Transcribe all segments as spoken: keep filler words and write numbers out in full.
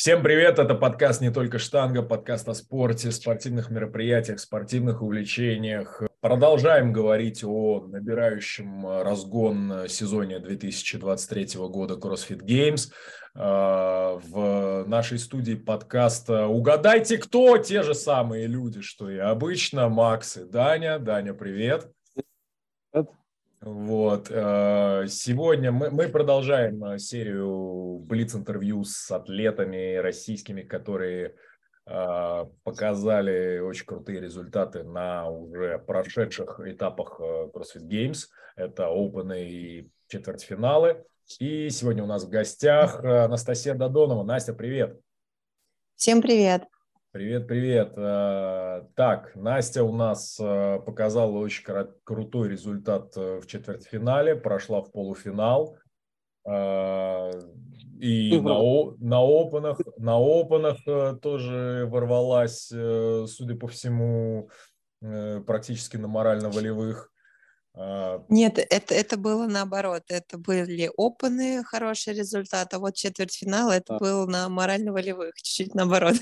Всем привет, это подкаст «Не только штанга», подкаст о спорте, спортивных мероприятиях, спортивных увлечениях. Продолжаем говорить о набирающем разгон сезоне две тысячи двадцать третьего года CrossFit Games. В нашей студии подкаста «Угадайте, кто?» Те же самые люди, что и обычно. Макс и Даня. Даня, привет. Привет. Вот. Сегодня мы, мы продолжаем серию блиц-интервью с атлетами российскими, которые показали очень крутые результаты на уже прошедших этапах CrossFit Games. Это Open и четвертьфиналы. И сегодня у нас в гостях Анастасия Додонова. Настя, привет. Всем привет. Привет, привет. Так, Настя у нас показала очень крутой результат в четвертьфинале, прошла в полуфинал. И угу. на, на опенах, на опенах тоже ворвалась, судя по всему, практически на морально-волевых. Нет, это, это было наоборот. Это были опены, хороший результат, а вот четвертьфинал это был на морально-волевых, чуть-чуть наоборот.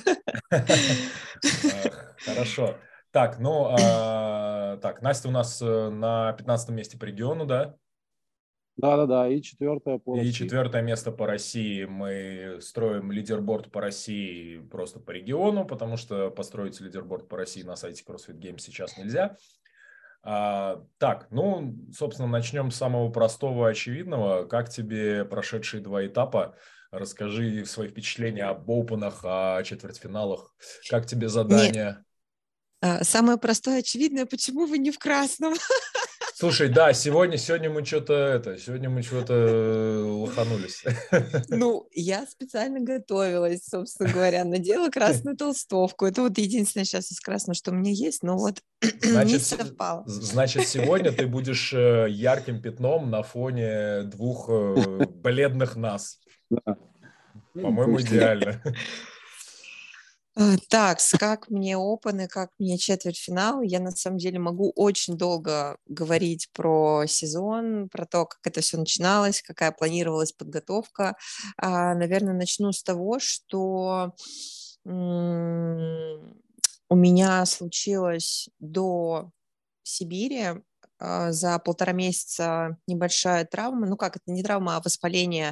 Хорошо. Так, ну, так, Настя у нас на пятнадцатом месте по региону, да? Да-да-да, и четвертое по России. И четвертое место по России. Мы строим лидерборд по России просто по региону, потому что построить лидерборд по России на сайте CrossFit Games сейчас нельзя. А, так, ну, собственно, начнем с самого простого, очевидного. Как тебе прошедшие два этапа? Расскажи свои впечатления об опенах, о четвертьфиналах. Как тебе задание? Нет. Самое простое, очевидное, почему вы не в красном? Слушай, да, сегодня, сегодня мы что-то это, сегодня мы что-то лоханулись. Ну, я специально готовилась, собственно говоря, надела красную толстовку. Это вот единственное сейчас из красного, что у меня есть, но вот значит, не совпало. Значит, сегодня ты будешь ярким пятном на фоне двух бледных нас. Да. По-моему, идеально. Так, как мне опены, как мне четвертьфинал, я на самом деле могу очень долго говорить про сезон, про то, как это все начиналось, какая планировалась подготовка. Наверное, начну с того, что у меня случилось до Сибири за полтора месяца небольшая травма, ну как, это не травма, а воспаление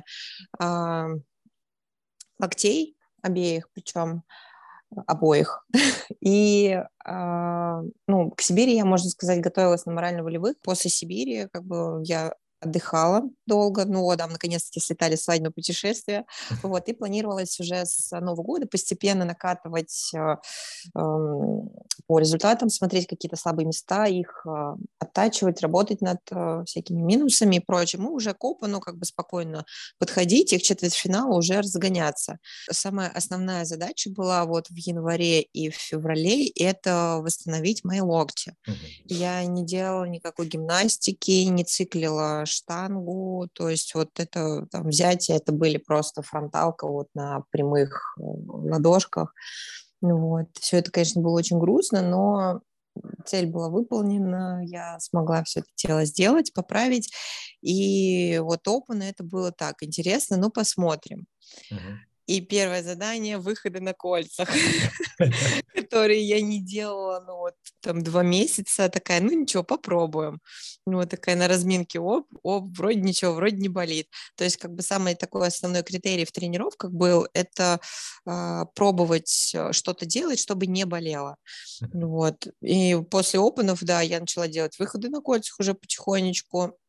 локтей обеих, причем обоих. И э, ну, к Сибири я, можно сказать, готовилась на морально-волевых. После Сибири как бы я отдыхала долго, ну, вот, там, наконец-таки слетали свадебное путешествие, вот, и планировалось уже с Нового года постепенно накатывать э, э, по результатам, смотреть какие-то слабые места, их э, оттачивать, работать над э, всякими минусами и прочим, и уже к опену как бы спокойно подходить и к четвертьфиналу уже разгоняться. Самая основная задача была вот в январе и в феврале – это восстановить мои локти. Я не делала никакой гимнастики, не циклила штангу, то есть вот это там взятие, это были просто фронталка вот на прямых ладошках. Ну вот. Все это, конечно, было очень грустно, но цель была выполнена, я смогла все это тело сделать, поправить, и вот опен это было так интересно, ну посмотрим. Uh-huh. И первое задание – выходы на кольцах, которые я не делала, ну, вот, там, два месяца, такая, ну, ничего, попробуем. Ну, вот такая на разминке, оп, оп, вроде ничего, вроде не болит. То есть, как бы, самый такой основной критерий в тренировках был – это э, пробовать что-то делать, чтобы не болело. Вот. И после опенов, да, я начала делать выходы на кольцах уже потихонечку.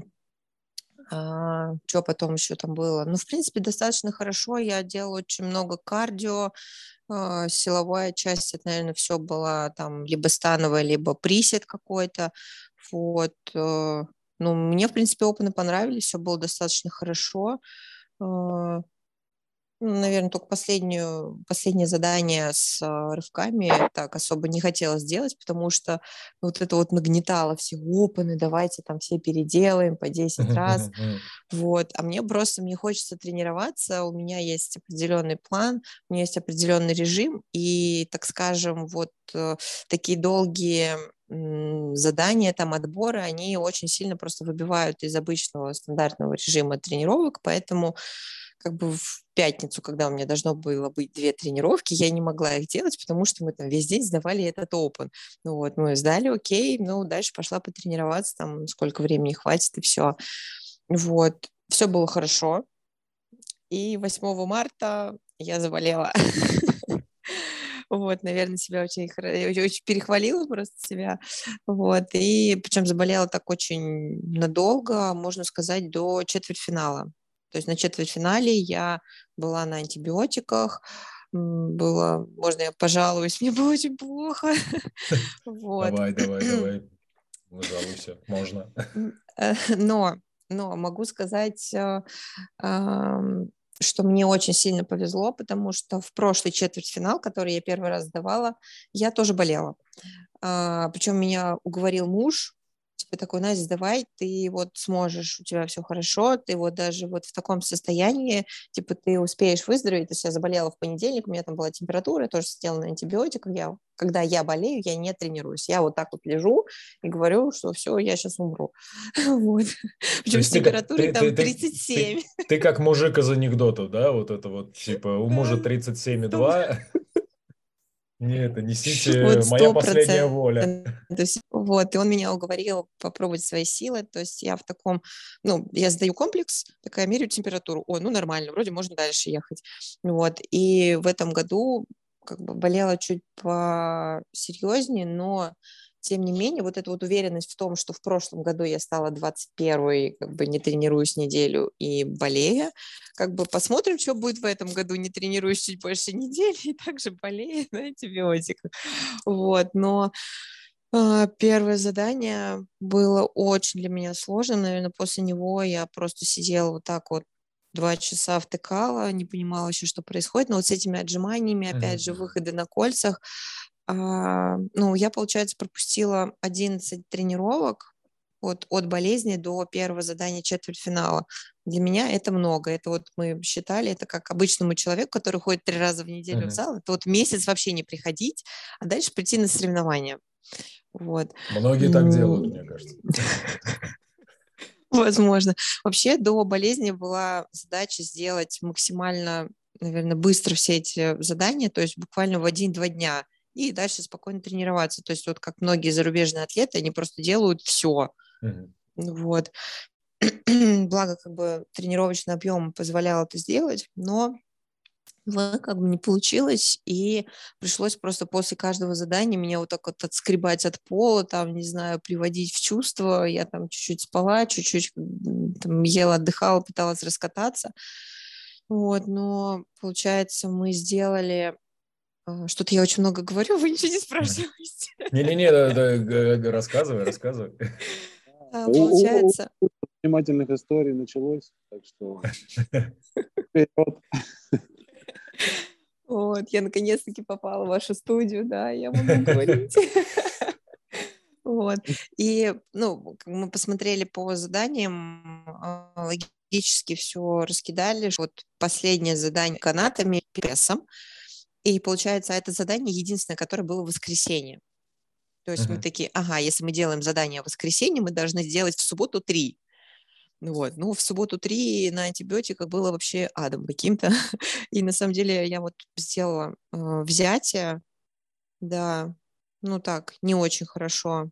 А, что потом еще там было? Ну, в принципе, достаточно хорошо. Я делала очень много кардио. А, силовая часть, это, наверное, все была там либо становая, либо присед какой-то. Вот. Ну, мне, в принципе, опены понравились. Все было достаточно хорошо. А, наверное, только последнюю, последнее задание с uh, рывками так особо не хотелось делать, потому что вот это вот нагнетало все опены, давайте там все переделаем по десять раз. Вот. А мне просто, мне хочется тренироваться, у меня есть определенный план, у меня есть определенный режим, и, так скажем, вот uh, такие долгие задания, там, отборы, они очень сильно просто выбивают из обычного стандартного режима тренировок, поэтому как бы в пятницу, когда у меня должно было быть две тренировки, я не могла их делать, потому что мы там весь день сдавали этот open. Ну вот, мы сдали, окей, ну дальше пошла потренироваться, там сколько времени хватит и все. Вот, все было хорошо. И восьмого марта я заболела. Вот, наверное, себя очень, очень, очень перехвалила просто себя. Вот, и причем заболела так очень надолго, можно сказать, до четвертьфинала. То есть на четвертьфинале я была на антибиотиках, было, можно я пожалуюсь, мне было очень плохо. Вот. Давай, давай, давай, жалуйся, можно. Но, но могу сказать, что мне очень сильно повезло, потому что в прошлый четвертьфинал, который я первый раз сдавала, я тоже болела. А, причем меня уговорил муж, типа такой: Настя, давай, ты вот сможешь, у тебя все хорошо, ты вот даже вот в таком состоянии, типа ты успеешь выздороветь. То есть я заболела в понедельник, у меня там была температура, я тоже сидела на антибиотиках. Я, когда я болею, я не тренируюсь. Я вот так вот лежу и говорю, что все, я сейчас умру. Вот. Причем с температурой там тридцать семь. Ты, ты, ты как мужик из анекдотов, да? Вот это вот, типа, у мужа тридцать семь и два. Нет, это несите вот моя последняя воля. Вот, и он меня уговорил попробовать свои силы. То есть я в таком, ну, я сдаю комплекс, такая, меряю температуру. Ой, ну нормально, вроде можно дальше ехать. Вот, и в этом году как бы болела чуть посерьезнее, но тем не менее, вот эта вот уверенность в том, что в прошлом году я стала двадцать первой, как бы не тренируюсь неделю и болея, как бы посмотрим, что будет в этом году, не тренируюсь чуть больше недели и также болею на антибиотиках. Вот, но э, первое задание было очень для меня сложным, наверное, после него я просто сидела вот так вот два часа втыкала, не понимала еще, что происходит, но вот с этими отжиманиями, опять же, выходы на кольцах, а, ну, я, получается, пропустила одиннадцать тренировок вот, от болезни до первого задания четвертьфинала. Для меня это много. Это вот мы считали, это как обычному человеку, который ходит три раза в неделю в зал, это вот месяц вообще не приходить, а дальше прийти на соревнования. Вот. Многие так делают, мне кажется. Возможно. Вообще до болезни была задача сделать максимально, наверное, быстро все эти задания, то есть буквально в один-два дня, и дальше спокойно тренироваться. То есть вот как многие зарубежные атлеты, они просто делают все. Mm-hmm. Вот. Благо, как бы тренировочный объем позволял это сделать, но как бы не получилось, и пришлось просто после каждого задания меня вот так вот отскребать от пола, там, не знаю, приводить в чувство. Я там чуть-чуть спала, чуть-чуть там, ела, отдыхала, пыталась раскататься. Вот, но, получается, мы сделали... Что-то я очень много говорю, вы ничего не спрашиваете. Не-не-не, рассказывай, рассказывай. Получается... Внимательных историй началось, так что вперед. Вот, я наконец-таки попала в вашу студию, да, я могу говорить. Вот, и, ну, мы посмотрели по заданиям, логически все раскидали. Вот последнее задание канатами, прессом, и получается, это задание единственное, которое было в воскресенье. То есть uh-huh. мы такие, ага, если мы делаем задание в воскресенье, мы должны сделать в субботу три. Вот. Ну, в субботу три на антибиотиках было вообще адом каким-то. И на самом деле я вот сделала э, взятие, да, ну так, не очень хорошо.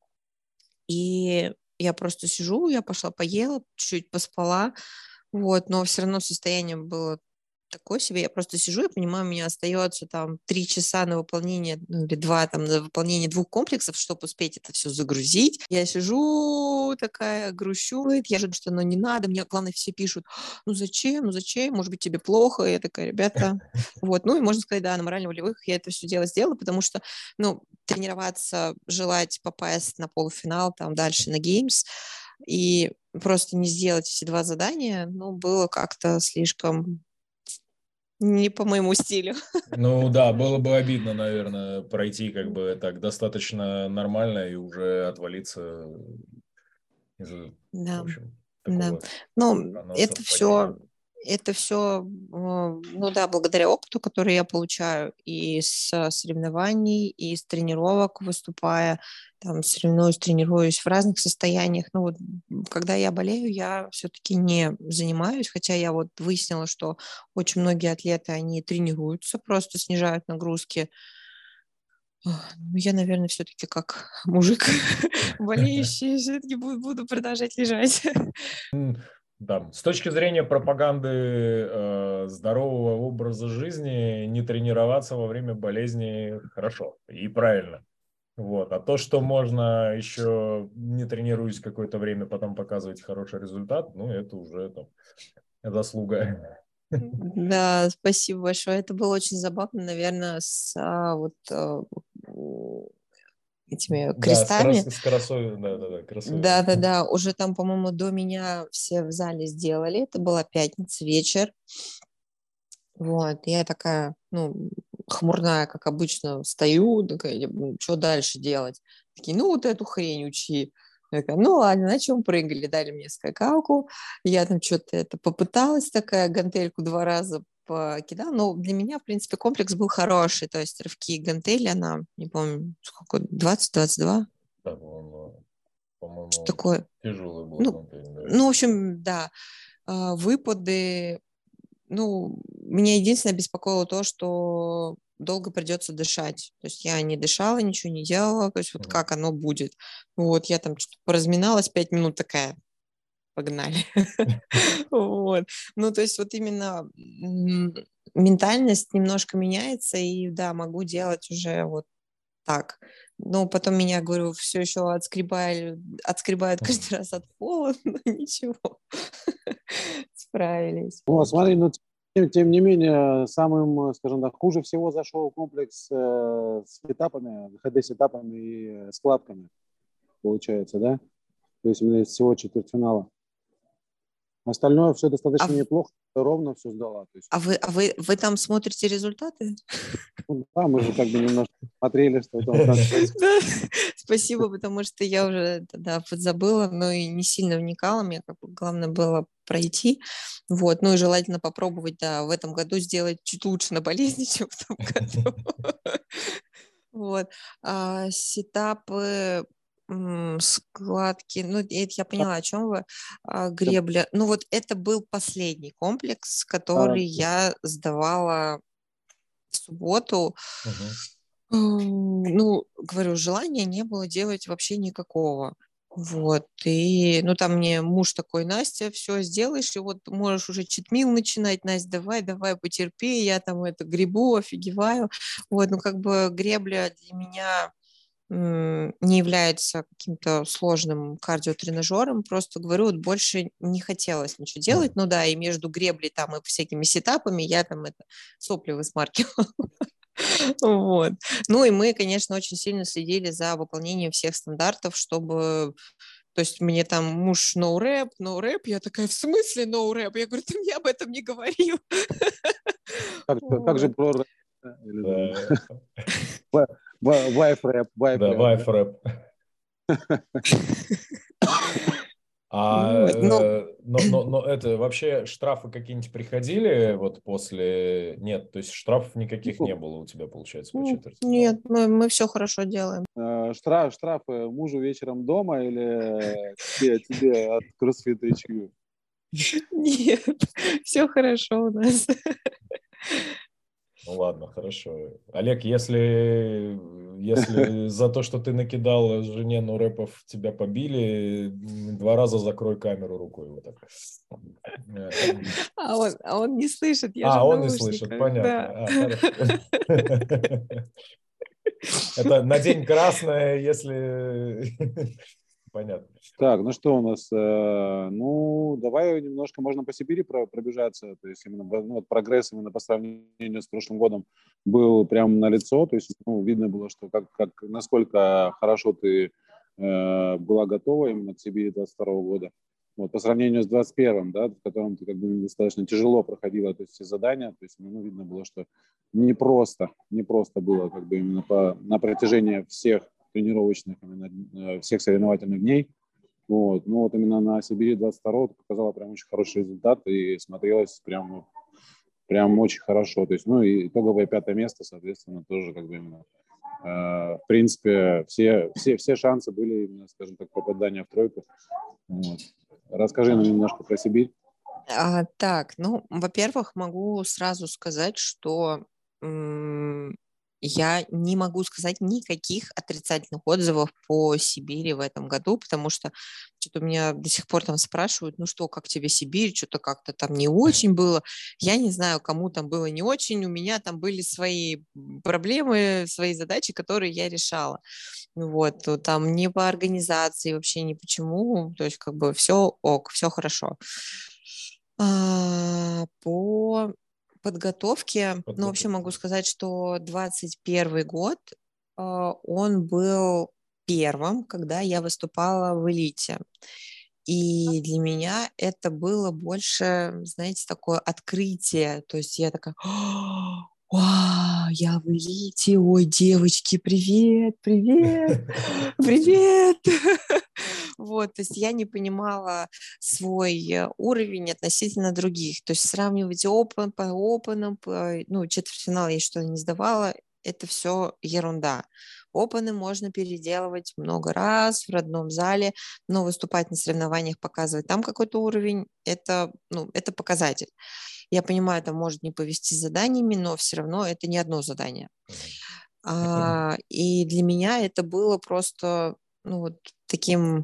И я просто сижу, я пошла поела, чуть-чуть поспала, вот, но все равно состояние было такое себе. Я просто сижу и понимаю, у меня остается там три часа на выполнение, ну, или два там на выполнение двух комплексов, чтобы успеть это все загрузить. Я сижу такая, грущу, я же что, ну не надо, мне, главное, все пишут, ну зачем, ну зачем, может быть, тебе плохо, и я такая, ребята, вот, ну и можно сказать, да, на морально-волевых я это все дело сделала, потому что, ну, тренироваться, желать попасть на полуфинал, там, дальше на Games, и просто не сделать эти два задания, ну, было как-то слишком... Не по моему стилю. Ну да, было бы обидно, наверное, пройти как бы так достаточно нормально и уже отвалиться из-за, да. в общем, да. такого Ну, это все, это все, ну да, благодаря опыту, который я получаю и с соревнований, и с тренировок выступая, там соревнуюсь, тренируюсь в разных состояниях. Ну вот, когда я болею, я все-таки не занимаюсь, хотя я вот выяснила, что очень многие атлеты, они тренируются, просто снижают нагрузки. Ну, я, наверное, все-таки как мужик болеющий, все-таки буду продолжать лежать. Да. С точки зрения пропаганды э, здорового образа жизни, не тренироваться во время болезни хорошо и правильно. Вот. А то, что можно еще не тренируясь какое-то время, потом показывать хороший результат, ну, это уже там, заслуга. Да, спасибо большое. Это было очень забавно, наверное, с а, вот а, этими Да, с, крас... крестами. с кроссовер, да, да, да, кроссовер. Да-да-да, уже там, по-моему, до меня все в зале сделали. Это была пятница, вечер. Вот, я такая, ну, хмурная, как обычно, стою, такая, что дальше делать? Такие, ну, вот эту хрень учи. Я такая, ну, ладно, на чем прыгали? Дали мне скакалку. Я там что-то это попыталась, такая гантельку два раза покидала. Но для меня, в принципе, комплекс был хороший. То есть рывки и гантели, она, не помню, сколько, двадцать-двадцать два? Да, по-моему, Что по-моему, такое? тяжелый был Ну, гантель, да. ну, в общем, да. А, выпады, ну, меня единственное беспокоило то, что долго придется дышать. То есть я не дышала, ничего не делала. То есть вот Мгм. как оно будет. Вот, я там что-то поразминалась пять минут, такая, погнали. Вот. Ну, то есть вот именно м, ментальность немножко меняется, и да, могу делать уже вот так. Но потом меня, говорю, все еще отскребали, отскребают Мгм. каждый раз от пола, но ничего, справились. Ну, смотри, но тем, тем не менее, самым, скажем так, хуже всего зашел комплекс э, с этапами, ха дэ с этапами и складками, получается, да? То есть именно из всего четвертьфинала. Остальное все А, достаточно в- неплохо, ровно все сдала. То есть, а вы, а вы, вы там смотрите результаты? ну, да, мы же как бы немножко смотрели, что там как происходит. Да, спасибо, потому что я уже да, подзабыла, но и не сильно вникала. Мне как бы главное было пройти. Вот. Ну и желательно попробовать, да, в этом году сделать чуть лучше на болезни, чем в том году. Вот. А, сетапы, м, складки, ну, это я поняла, о чем вы. А, гребля. Ну, вот это был последний комплекс, А, который я сдавала в субботу. Мгм. М, Ну, говорю, желания не было делать вообще никакого. Вот, и, ну, там мне муж такой, Настя, все сделаешь, и вот можешь уже читмил начинать, Настя, давай, давай, потерпи, я там это гребу, офигеваю. Вот, ну, как бы гребля для меня м, не является каким-то сложным кардиотренажером, просто говорю, вот больше не хотелось ничего делать, Мгм. ну да, и между греблей там и всякими сетапами я там это сопли высмаркивала. Вот. Ну и мы, конечно, очень сильно следили за выполнением всех стандартов, чтобы... То есть мне там муж no рэп, no рэп, я такая, в смысле no рэп? Я говорю, ты мне об этом не говорил. как, же- как же Вот. про рэп, да? Или там Да, ва- ва- вайф рэп, вайф да, рэп, да? вайф рэп. А Вот. Ну, э, но, но, но это вообще штрафы какие-нибудь приходили вот после? Нет, то есть штрафов никаких не Ну, было у тебя, получается, по ну, нет, четвертьфиналу. мы, мы все хорошо делаем. э, штраф, штрафы мужу вечером дома или тебе, тебе от CrossFit эйч кью? Нет, все хорошо у нас. Ну ладно, хорошо. Олег, если, если за то, что ты накидал жене рэпов, тебя побили, м, два раза закрой камеру рукой. Вот так. Э, А он, а он не слышит, я же А, в он не слышит, наушниках, понятно. да. А, хорошо. Это на день красное, если... Понятно. Так, ну что у нас? Э, ну, давай немножко можно по Сибири про- пробежаться. То есть именно ну, вот прогресс именно по сравнению с прошлым годом был прям налицо. То есть ну, видно было, что как, как, насколько хорошо ты э, была готова именно к Сибири двадцать второго года. Вот, по сравнению с двадцать первым, да, в котором ты как бы достаточно тяжело проходила то есть, все задания. То есть ну, видно было, что непросто, непросто было как бы именно по, на протяжении всех тренировочных, именно, э, всех соревновательных дней. Вот. Ну вот именно на Сибири двадцать второго показала прям очень хороший результат и смотрелось прям, прям очень хорошо. То есть, ну и итоговое пятое место, соответственно, тоже как бы именно в принципе, все, все, все шансы были, именно, скажем так, попадания в тройку. Вот. Расскажи нам немножко про Сибирь. А, так, ну, во-первых, могу сразу сказать, что м, я не могу сказать никаких отрицательных отзывов по Сибири в этом году, потому что что-то меня до сих пор там спрашивают, ну что, как тебе Сибирь, что-то как-то там не очень было. Я не знаю, кому там было не очень, у меня там были свои проблемы, свои задачи, которые я решала. Вот, то там не по организации, вообще ни почему, то есть как бы все ок, все хорошо. А, по подготовке, ну, вообще могу Подготовка. сказать, что двадцать первый год, а, он был первым, когда я выступала в элите. И для меня это было больше, знаете, такое открытие. То есть я такая: вау, я в элите, ой, девочки, привет, привет, привет. Вот, то есть я не понимала свой э, уровень относительно других. То есть сравнивать опен по опенам, по, ну, четвертьфинал я что-то не сдавала, это все ерунда. Опены можно переделывать много раз в родном зале, но выступать на соревнованиях, показывать там какой-то уровень, это, ну, это показатель. Я понимаю, это может не повести с заданиями, но все равно это не одно задание. А, и для меня это было просто, ну, вот таким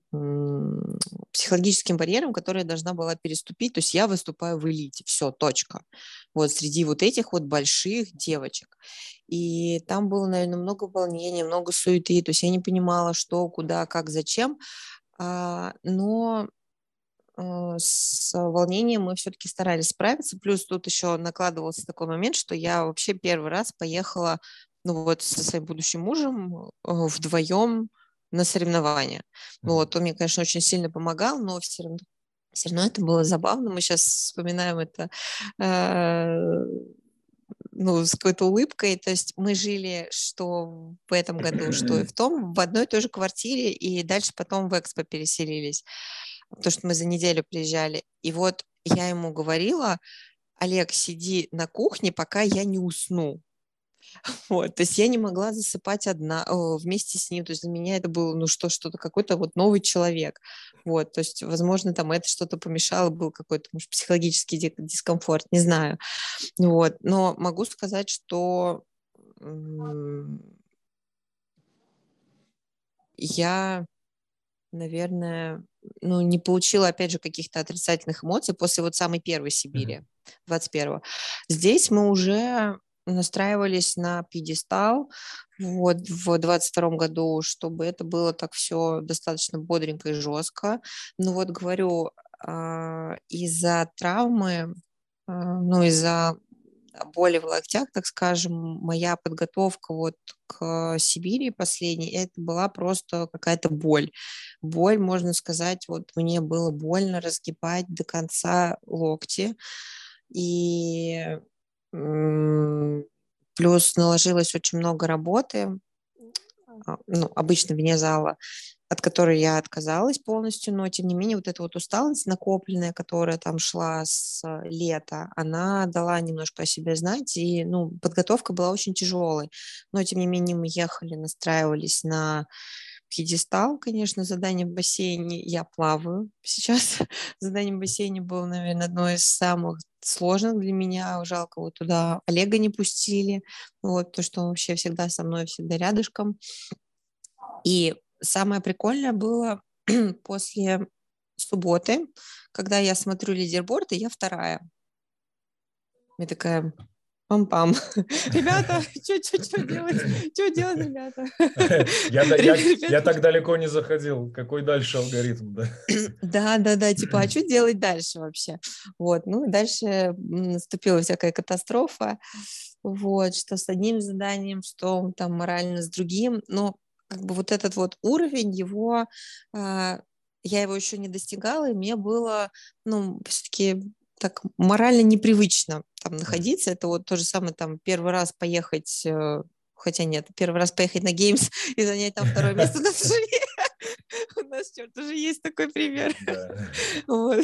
м, психологическим барьером, который я должна была переступить. То есть я выступаю в элите, все, точка. Вот среди вот этих вот больших девочек. И там было, наверное, много волнения, много суеты. То есть я не понимала, что, куда, как, зачем. А, но э, с волнением мы все-таки старались справиться. Плюс тут еще накладывался такой момент, что я вообще первый раз поехала, ну вот со своим будущим мужем э, вдвоем на соревнования. Ну вот, он мне, конечно, очень сильно помогал, но все равно, все равно это было забавно. Мы сейчас вспоминаем это э, ну, с какой-то улыбкой. То есть мы жили что в этом году, что и в том, в одной и той же квартире, и дальше потом в Экспо переселились, потому что мы за неделю приезжали. И вот я ему говорила: Олег, сиди на кухне, пока я не усну. Вот, то есть я не могла засыпать одна о, вместе с ним. То есть для меня это было, ну что, что-то, какой-то вот новый человек. Вот, то есть, возможно, там это что-то помешало, был какой-то, может, психологический ди- дискомфорт, не знаю. Вот, но могу сказать, что м, я, наверное, ну, не получила, опять же, каких-то отрицательных эмоций после вот самой первой Сибири, двадцать первого. Здесь мы уже настраивались на пьедестал вот в двадцать втором году, чтобы это было так все достаточно бодренько и жестко. Ну вот говорю, а, из-за травмы, а, ну из-за боли в локтях, так скажем, моя подготовка вот к Сибири последней, это была просто какая-то боль. Боль, можно сказать, вот мне было больно разгибать до конца локти. И м, плюс наложилось очень много работы, а, ну, обычно вне зала, от которой я отказалась полностью, но тем не менее вот эта вот усталость накопленная, которая там шла с э, лета, она дала немножко о себе знать, и, ну, подготовка была очень тяжелой, но тем не менее мы ехали, настраивались на пьедестал, конечно, задание в бассейне, я плаваю сейчас, задание в бассейне было, наверное, одно из самых сложных для меня, жалко, вот туда Олега не пустили, вот, то, что он вообще всегда со мной, всегда рядышком, и самое прикольное было после субботы, когда я смотрю лидерборд, и я вторая. Я такая: пам-пам. Ребята, что делать? Что делать, ребята? Я, да- я, я Ребята, так далеко не заходил. Какой дальше алгоритм, да? да, да, да, типа, а что делать дальше вообще? Вот, ну, и дальше м, наступила всякая катастрофа, вот, что с одним заданием, что там морально с другим, но как бы вот этот вот уровень его, а, я его еще не достигала, и мне было, ну, все-таки так морально непривычно там находиться. Это вот то же самое, там, первый раз поехать, э, хотя нет, первый раз поехать на Геймс и занять там второе место на турнире. нас, черт, уже есть такой пример. Да. Вот.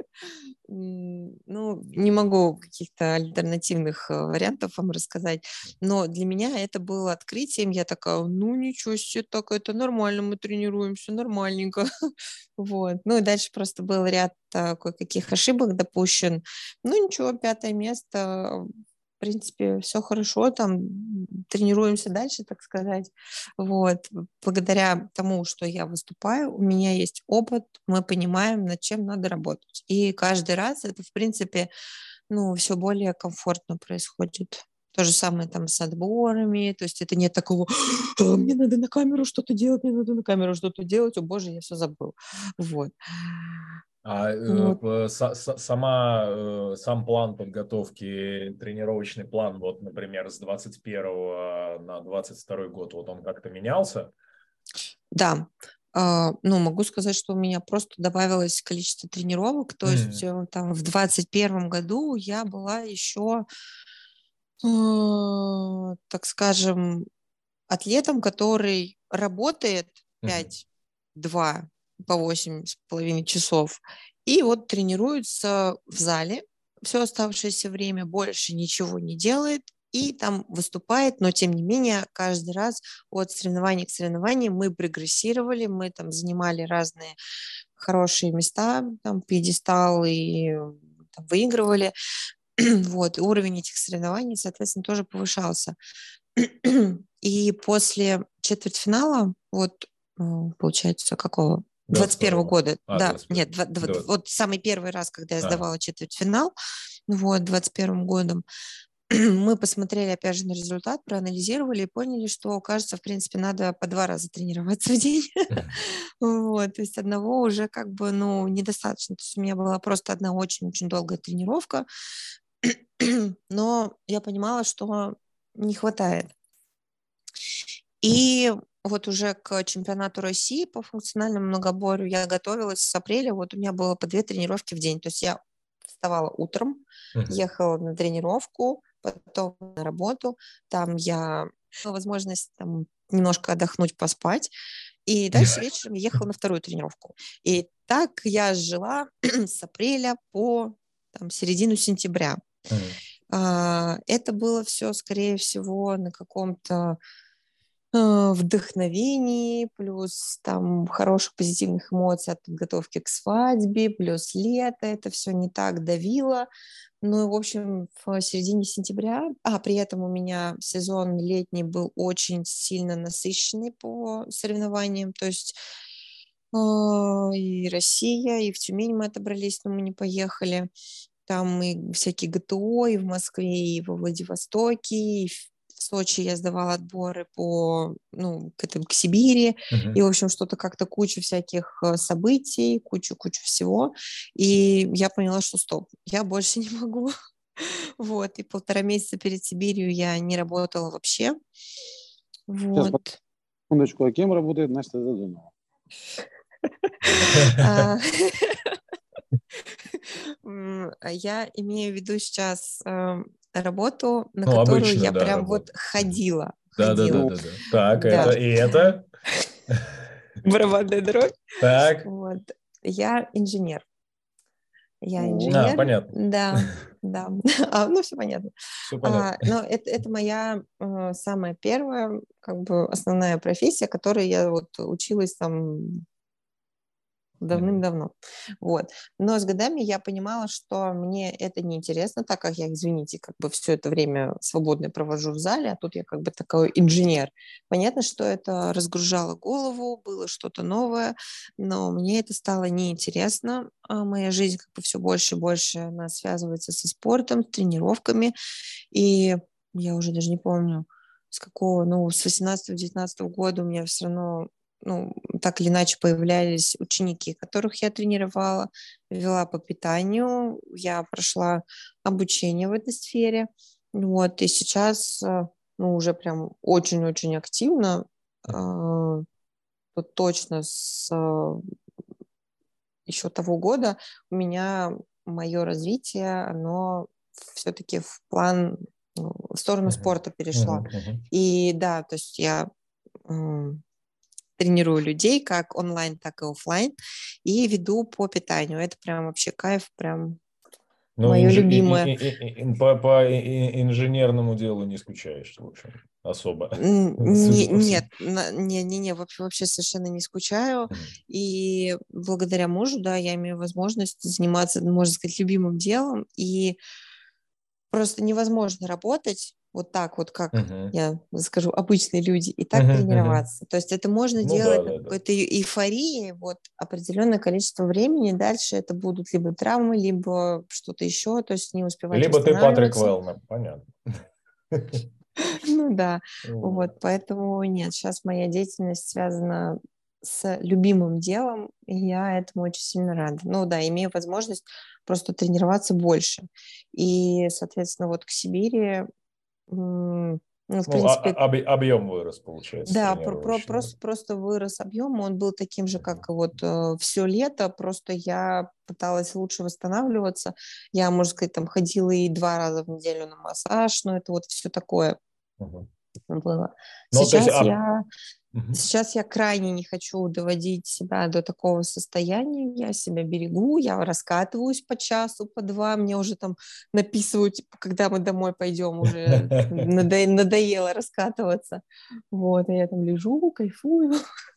Ну, не могу каких-то альтернативных э, вариантов вам рассказать, но для меня это было открытием. Я такая, ну, ничего себе, так это нормально, мы тренируемся, нормальненько. Вот. Ну, и дальше просто был ряд а, кое-каких ошибок допущен. Ну, ничего, пятое место, в принципе, все хорошо, там м, тренируемся дальше, так сказать. Вот. Благодаря тому, что я выступаю, у меня есть опыт, мы понимаем, над чем надо работать. И каждый раз это, в принципе, ну, все более комфортно происходит. То же самое там с отборами, то есть это нет такого, «А, мне надо на камеру что-то делать, мне надо на камеру что-то делать, о боже, я все забыл. Вот. А Ну, э, п- са- са- сама, э, сам план подготовки, тренировочный план, вот, например, с двадцать первого на двадцать второй год, вот он как-то менялся? да, а, ну, могу сказать, что у меня просто добавилось количество тренировок, то есть М, э, там в двадцать первом году я была еще, э, так скажем, атлетом, который работает мгм. пять-два по восемь с половиной часов и вот тренируется в зале все оставшееся время, больше ничего не делает и там выступает, но тем не менее каждый раз от соревнований к соревнованию мы прогрессировали, мы там занимали разные хорошие места, там пьедестал и э, там, выигрывали, вот, и уровень этих соревнований, соответственно, тоже повышался. И после четвертьфинала, вот, э, получается, какого? Двадцать первого двадцать второго. года, А, да, двадцать нет, первого. два- два- Да. вот самый первый раз, когда я А, сдавала четвертьфинал, вот, двадцать первым годом, мы посмотрели, опять же, на результат, проанализировали и поняли, что, кажется, в принципе, надо по два раза тренироваться в день. Вот, то есть одного уже как бы, ну, недостаточно. То есть у меня была просто одна очень-очень долгая тренировка, но я понимала, что не хватает. И вот уже к чемпионату России по функциональному многоборью я готовилась с апреля. Вот у меня было по две тренировки в день. То есть я вставала утром, мгм. ехала на тренировку, потом на работу. Там я имела возможность там немножко отдохнуть, поспать. И дальше вечером я ехала на вторую тренировку. И так я жила с апреля по там, середину сентября. Мгм. А, Это было все, скорее всего, на каком-то э, вдохновении, плюс там хороших позитивных эмоций от подготовки к свадьбе, плюс лето, это все не так давило. Ну, и, в общем, в середине сентября, а при этом у меня сезон летний был очень сильно насыщенный по соревнованиям, то есть э, и Россия, и в Тюмень мы отобрались, но мы не поехали. Там и всякие ГТО, и в Москве, и во Владивостоке, и в в Сочи я сдавала отборы по, ну, к, этому, к Сибири, и, Мгм. в общем, что-то как-то куча всяких э, событий, кучу-кучу всего, и я поняла, что стоп, я больше не могу, вот, и полтора месяца перед Сибирью я не работала вообще, Сейчас, вот. секундочку, а кем работает Настя Задунова? А, м, а Я имею в виду сейчас э, работу, на Ну, которую обычную, я да, прям вот работу. Мгм. ходила, Да, да, да, ходила, Ну, да, да. Так, да, это и это. барабанная дробь. Так. Вот. Я инженер. Я о, А, инженер, понятно. да, да. А, ну, все понятно. Все понятно. А, но это, это моя э, самая первая, как бы, основная профессия, которой я вот училась там Мгм. давным-давно. Вот. Но с годами я понимала, что мне это неинтересно, так как я, извините, как бы все это время свободное провожу в зале, а тут я как бы такой инженер. Понятно, что это разгружало голову, было что-то новое, но мне это стало неинтересно. А моя жизнь как бы все больше и больше она связывается со спортом, с тренировками, и я уже даже не помню, с какого, ну, с восемнадцатого-девятнадцатого года у меня все равно, ну, так или иначе появлялись ученики, которых я тренировала, вела по питанию, я прошла обучение в этой сфере, вот, и сейчас, э, ну, уже прям очень-очень активно, э, Мгм. вот точно с э, еще того года у меня мое развитие, оно все-таки в план, ну, в сторону Мгм. спорта перешло. Мгм. Мгм. И да, то есть я м, тренирую людей как онлайн, так и офлайн, и веду по питанию. Это прям вообще кайф, прям Ну, мое инж... и- любимое. и- и- и- по, по и- инженерному делу не скучаешь, в общем, особо, Не, судя по нет, всему. не-не-не, вообще, вообще совершенно не скучаю. Мгм. И благодаря мужу, да, я имею возможность заниматься, можно сказать, любимым делом. И просто невозможно работать вот так вот, как Мгм. я скажу, обычные люди, и так Мгм, мгм. тренироваться. То есть это можно Ну да, делать на да, да. какой-то эйфории, вот определенное количество времени. Дальше это будут либо травмы, либо что-то еще, то есть не успевать Либо ты Патрик восстанавливаться. Велнер, понятно. Ну да, Вот. вот, поэтому нет, сейчас моя деятельность связана с любимым делом, и я этому очень сильно рада. Ну да, имею возможность просто тренироваться больше. И, соответственно, вот к Сибири, м, ну, в Ну, а- принципе, а- объ- объем вырос, получается, да, про, про- тренировочный. просто, просто вырос объем, он был таким же, Мгм. как и вот все лето, просто я пыталась лучше восстанавливаться. Я, можно сказать, там ходила и два раза в неделю на массаж, но это вот все такое Мгм. было. Ну, то есть, Сейчас а, я мгм. Сейчас я крайне не хочу доводить себя до такого состояния. Я себя берегу, я раскатываюсь по часу, по два. Мне уже там написывают, типа, когда мы домой пойдем, уже надо- надоело раскатываться. Вот, и я там лежу, кайфую.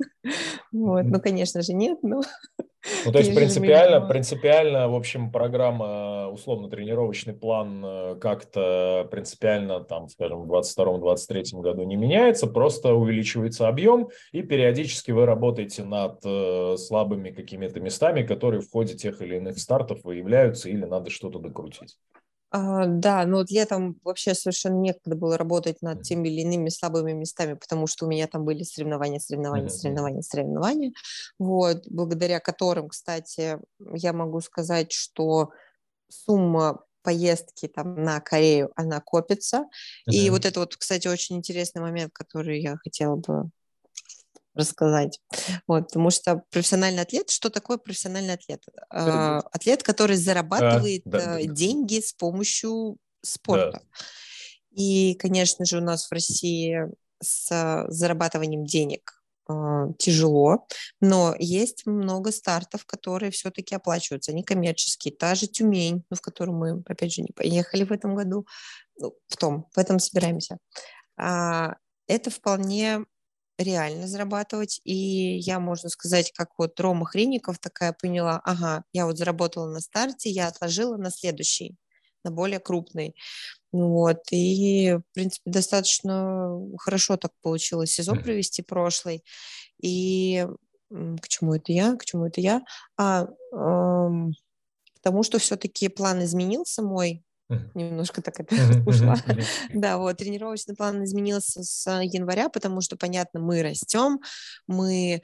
Вот, ну, конечно же, нет, но, Ну, то есть конечно же, принципиально, мечтаю. принципиально, в общем, программа, условно-тренировочный план э, как-то принципиально, там, скажем, в двадцать втором — двадцать третьем году не меняется, просто увеличивается объем, и периодически вы работаете над э, слабыми какими-то местами, которые в ходе тех или иных стартов выявляются, или надо что-то докрутить. А, да, но вот летом вообще совершенно некогда было работать над Мгм. теми или иными слабыми местами, потому что у меня там были соревнования, соревнования, Мгм. Мгм. соревнования, соревнования, вот, благодаря которым, кстати, я могу сказать, что сумма поездки там на Корею, она копится. И вот Мгм. это вот, кстати, очень интересный момент, который я хотела бы рассказать. Вот, потому что профессиональный атлет, что такое профессиональный атлет? А, атлет, который А, зарабатывает да, да, э, деньги с помощью да. спорта. И, конечно же, у нас в России с зарабатыванием денег э, тяжело, но есть много стартов, которые все-таки оплачиваются, они коммерческие. Та же Тюмень, ну, в которую мы, опять же, не поехали в этом году, ну, в том, в этом собираемся. А, это вполне реально зарабатывать. И я, можно сказать, как вот Рома Хренников такая поняла, ага, я вот заработала на старте, я отложила на следующий, на более крупный. Ну вот, и, в принципе, достаточно хорошо так получилось сезон Мгм. провести прошлый. И м, к чему это я? К чему это я? А, эм, потому что все-таки план изменился мой, Мгм. немножко так это Мгм. ушла. Мгм. Мгм. Да, вот тренировочный план изменился с января, потому что, понятно, мы растем, мы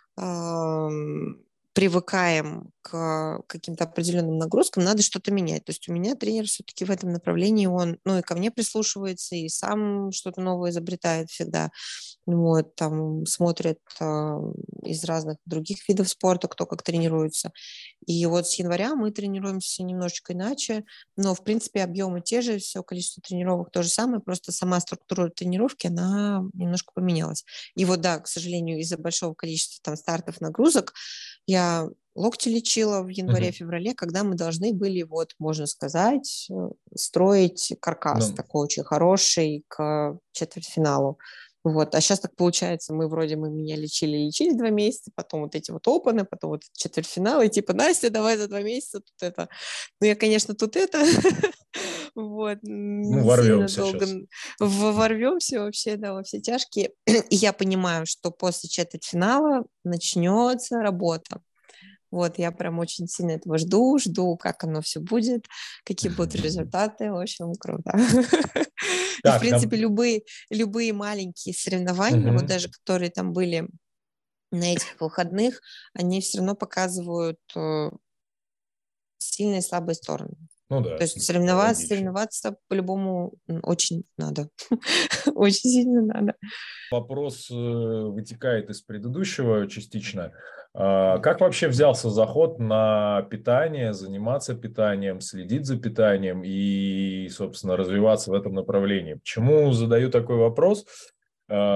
ам, привыкаем к каким-то определенным нагрузкам, надо что-то менять. То есть у меня тренер все-таки в этом направлении, он, ну, и ко мне прислушивается, и сам что-то новое изобретает всегда. Вот, там смотрит а, из разных других видов спорта, кто как тренируется. И вот с января мы тренируемся немножечко иначе, но, в принципе, объемы те же, все количество тренировок то же самое, просто сама структура тренировки, она немножко поменялась. И вот, да, к сожалению, из-за большого количества там стартов, нагрузок, я локти лечила в Мгм. январе-феврале, когда мы должны были, вот, можно сказать, э, строить каркас Ну, такой очень хороший к четвертьфиналу. Вот. А сейчас так получается, мы вроде мы меня лечили, лечили два месяца, потом вот эти вот опены, потом вот четвертьфинал, и типа, Настя, давай за два месяца тут это. Ну, я, конечно, тут это, вот, ну, не сильно ворвемся долго сейчас. в- ворвемся вообще, да, во все тяжкие. И я понимаю, что после четвертьфинала начнется работа. Вот, я прям очень сильно этого жду, жду, как оно все будет, какие будут результаты. В общем, круто. И, в Так, да. принципе, любые, любые маленькие соревнования, вот Мгм. даже которые там были на этих выходных, они все равно показывают э, сильные и слабые стороны. Ну То да, есть соревноваться, логично. соревноваться по-любому м, очень надо. Очень сильно надо. Вопрос э, вытекает из предыдущего частично. А, Как вообще взялся заход на питание, заниматься питанием, следить за питанием и, собственно, развиваться в этом направлении? Почему задаю такой вопрос? А,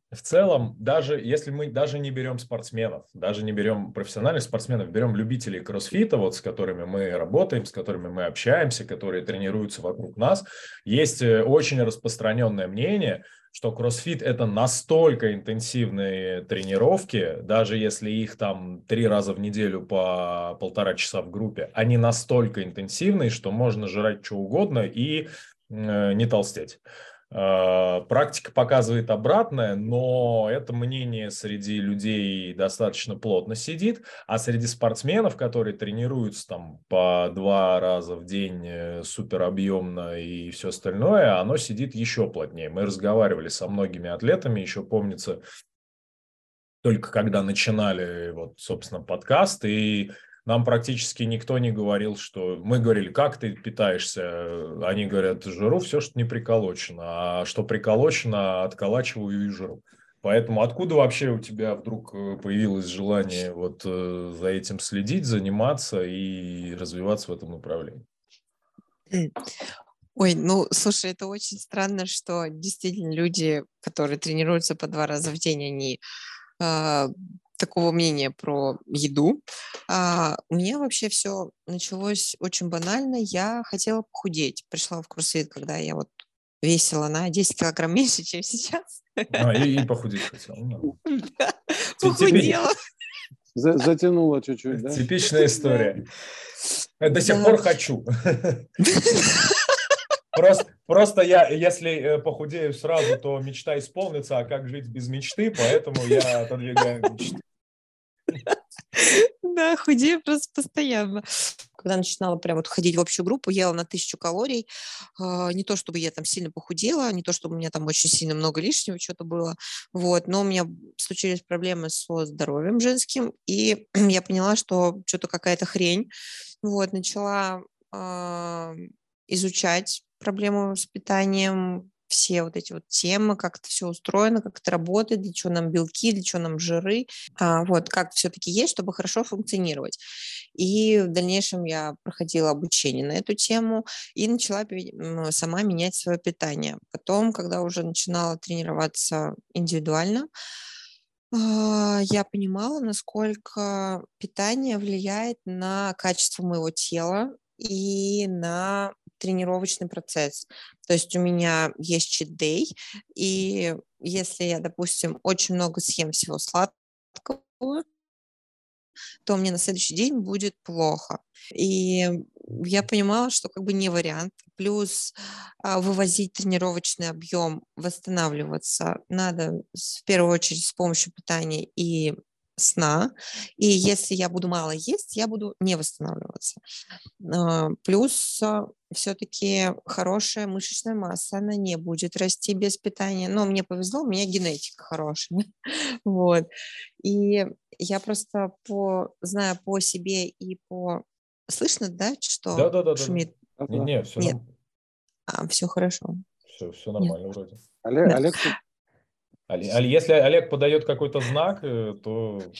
В целом, даже если мы даже не берем спортсменов, даже не берем профессиональных спортсменов, берем любителей кроссфита, вот с которыми мы работаем, с которыми мы общаемся, которые тренируются вокруг нас, есть очень распространенное мнение, что кроссфит – это настолько интенсивные тренировки, даже если их там три раза в неделю по полтора часа в группе, они настолько интенсивные, что можно жрать что угодно и э, не толстеть. Практика показывает обратное, но это мнение среди людей достаточно плотно сидит, а среди спортсменов, которые тренируются там по два раза в день суперобъемно и все остальное, оно сидит еще плотнее. Мы разговаривали со многими атлетами, еще помнится, только когда начинали, вот, собственно, подкаст, и нам практически никто не говорил, что... Мы говорили, как ты питаешься? Они говорят, жру все, что не приколочено. А что приколочено, отколачиваю и жру. Поэтому откуда вообще у тебя вдруг появилось желание вот за этим следить, заниматься и развиваться в этом направлении? Ой, ну, слушай, это очень странно, что действительно люди, которые тренируются по два раза в день, они... такого мнения про еду. А, у меня вообще все началось очень банально. Я хотела похудеть. Пришла в кроссфит, когда я вот весила на десять килограмм меньше, чем сейчас. А, и, и похудеть хотела. Ну. Да, похудела. Затянула чуть-чуть, да? Типичная история. До сих Да. пор хочу. Просто, просто я, если похудею сразу, то мечта исполнится, а как жить без мечты, поэтому я отодвигаю мечту. Да, худею просто постоянно. Когда начинала прям вот ходить в общую группу, ела на тысячу калорий. Не то, чтобы я там сильно похудела, не то, чтобы у меня там очень сильно много лишнего что-то было. Вот. Но у меня случились проблемы со здоровьем женским, и я поняла, что что-то какая-то хрень. Вот. Начала э, изучать проблемы с питанием, все вот эти вот темы, как это все устроено, как это работает, для чего нам белки, для чего нам жиры, а, вот, как все-таки есть, чтобы хорошо функционировать. И в дальнейшем я проходила обучение на эту тему и начала сама менять свое питание. Потом, когда уже начинала тренироваться индивидуально, я понимала, насколько питание влияет на качество моего тела и на тренировочный процесс. То есть у меня есть cheat-day, и если я, допустим, очень много съем всего сладкого, то мне на следующий день будет плохо. И я понимала, что как бы не вариант. Плюс а, вывозить тренировочный объем, восстанавливаться надо в первую очередь с помощью питания и сна. И если я буду мало есть, я буду не восстанавливаться. А, плюс а, все-таки хорошая мышечная масса, она не будет расти без питания. Но мне повезло, у меня генетика хорошая. Вот. И я просто по, знаю по себе и по... Слышно, да, что Да, да, да, да. шумит? Не, не, все Нет. нормально. А, все хорошо. Все, все нормально Нет. вроде. Олег, Да. Олег, Али- Если Олег подает какой-то знак, э, то,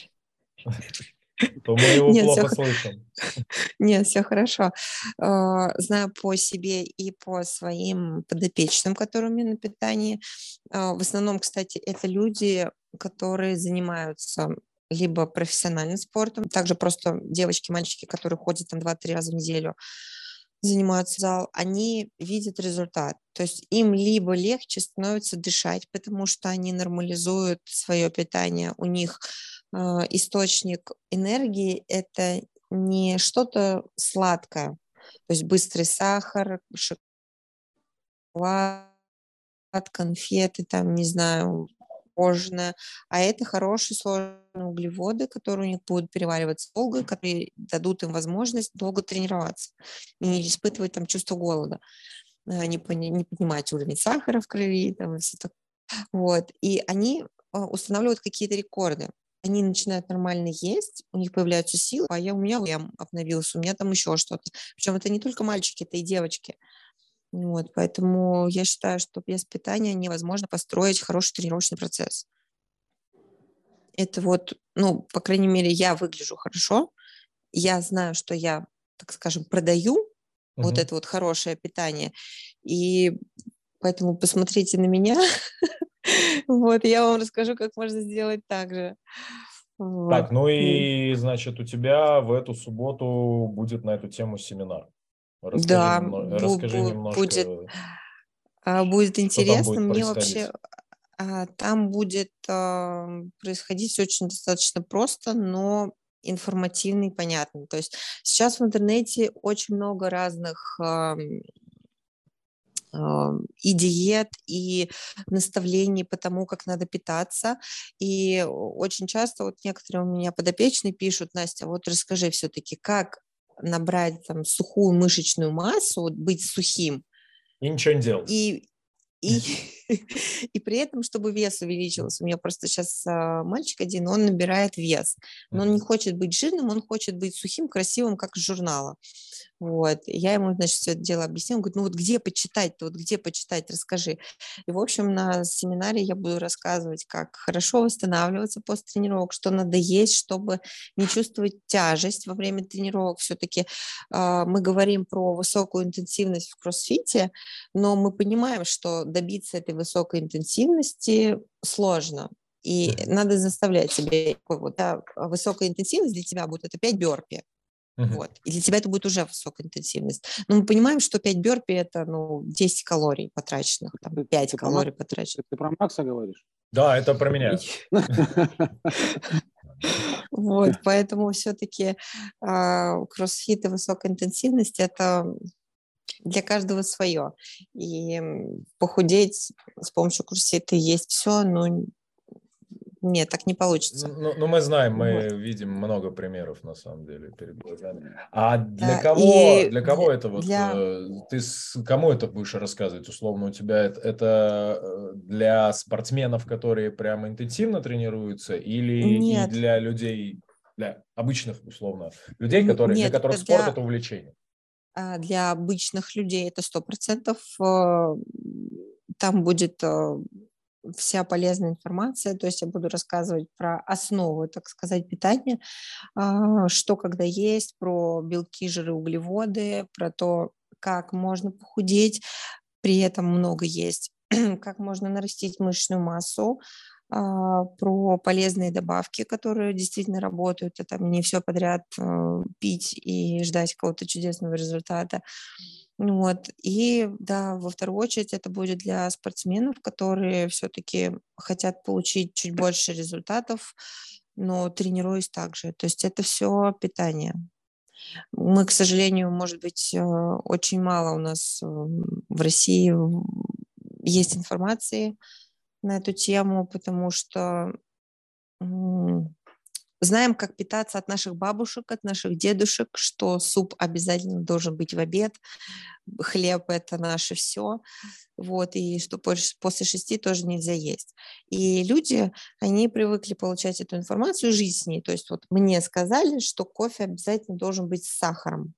то мы его Нет, плохо всё х- слышим. Нет, все хорошо. А, Знаю по себе и по своим подопечным, которые у меня на питании. А, В основном, кстати, это люди, которые занимаются либо профессиональным спортом, также просто девочки, мальчики, которые ходят там два-три раза в неделю, занимаются в зал, они видят результат. То есть им либо легче становится дышать, потому что они нормализуют свое питание. У них э, источник энергии – это не что-то сладкое, то есть быстрый сахар, шоколад, конфеты, там, не знаю, мороженое, а это хорошие сложные углеводы, которые у них будут перевариваться долго, которые дадут им возможность долго тренироваться и не испытывать там чувство голода, э, не, пони- не поднимать уровень сахара в крови, там, и всё такое. Вот. И они а, устанавливают какие-то рекорды. Они начинают нормально есть, у них появляются силы, а я у меня я обновился, у меня там еще что-то. Причем это не только мальчики, это и девочки. Вот, поэтому я считаю, что без питания невозможно построить хороший тренировочный процесс. Это вот, ну, по крайней мере, я выгляжу хорошо, я знаю, что я, так скажем, продаю вот Мгм. это вот хорошее питание, и поэтому посмотрите на меня, Вот, я вам расскажу, как можно сделать так же. Вот. Так, ну и, значит, у тебя в эту субботу будет на эту тему семинар. Расскажи, Да, немного, бу- расскажи бу- будет, немножко, а, будет что там интересно. будет Мне вообще происходить. а, там будет а, происходить всё очень достаточно просто, но информативно и понятно. То есть сейчас в интернете очень много разных ам, ам, и диет, и наставлений по тому, как надо питаться. И о- очень часто вот некоторые у меня подопечные пишут: Настя, вот расскажи все-таки, как набрать там сухую мышечную массу, вот быть сухим, И ничего не делать. и, и, и при этом, чтобы вес увеличился. У меня просто сейчас мальчик один, он набирает вес, но он не Мгм. хочет быть жирным, он хочет быть сухим, красивым, как из журнала. Вот. Я ему, значит, все это дело объяснила. Он говорит: ну вот где почитать-то, вот где почитать, расскажи. И, в общем, на семинаре я буду рассказывать, как хорошо восстанавливаться после тренировок, что надо есть, чтобы не чувствовать тяжесть во время тренировок. Все-таки а, мы говорим про высокую интенсивность в кроссфите, но мы понимаем, что добиться этой высокой интенсивности сложно. И Мгм. надо заставлять себя. Вот, да, высокая интенсивность для тебя будет это пять бёрпи. Мгм. Вот. И для тебя это будет уже высокая интенсивность. Но мы понимаем, что пять бёрпи – это ну, десять калорий потраченных, там, Ты, пять ты про, Мак- калорий потраченных. ты про Макса говоришь? Да, это про меня. Вот, поэтому все-таки кроссфит и высокая интенсивность – это для каждого свое. И м, похудеть с помощью кроссфита есть все, но нет, так не получится. Ну, ну, мы знаем, Вот. мы видим много примеров, на самом деле, перед глазами. А для Да, кого, и для для, кого это вот, для э, ты с, кому это будешь рассказывать, условно, у тебя это, это э, для спортсменов, которые прямо интенсивно тренируются, или и нет, для людей, для обычных, условно, людей, н- которые, для нет, которых это спорт – для это увлечение? А для обычных людей это сто процентов. э, Там будет э, вся полезная информация, то есть я буду рассказывать про основы, так сказать, питания, а, что когда есть, про белки, жиры, углеводы, про то, как можно похудеть, при этом много есть, как можно нарастить мышечную массу, а, про полезные добавки, которые действительно работают, это не все подряд э, пить и ждать какого-то чудесного результата. Ну вот. И да, во вторую очередь это будет для спортсменов, которые все-таки хотят получить чуть больше результатов, но тренируясь также. То есть это все питание. Мы, к сожалению, может быть, э, очень мало у нас э, в России м, есть информации на эту тему, потому что м, знаем, как питаться от наших бабушек, от наших дедушек, что суп обязательно должен быть в обед, хлеб – это наше все, вот, и что пос- после шести тоже нельзя есть. И люди, они привыкли получать эту информацию, жить с ней. То есть вот мне сказали, что кофе обязательно должен быть с сахаром,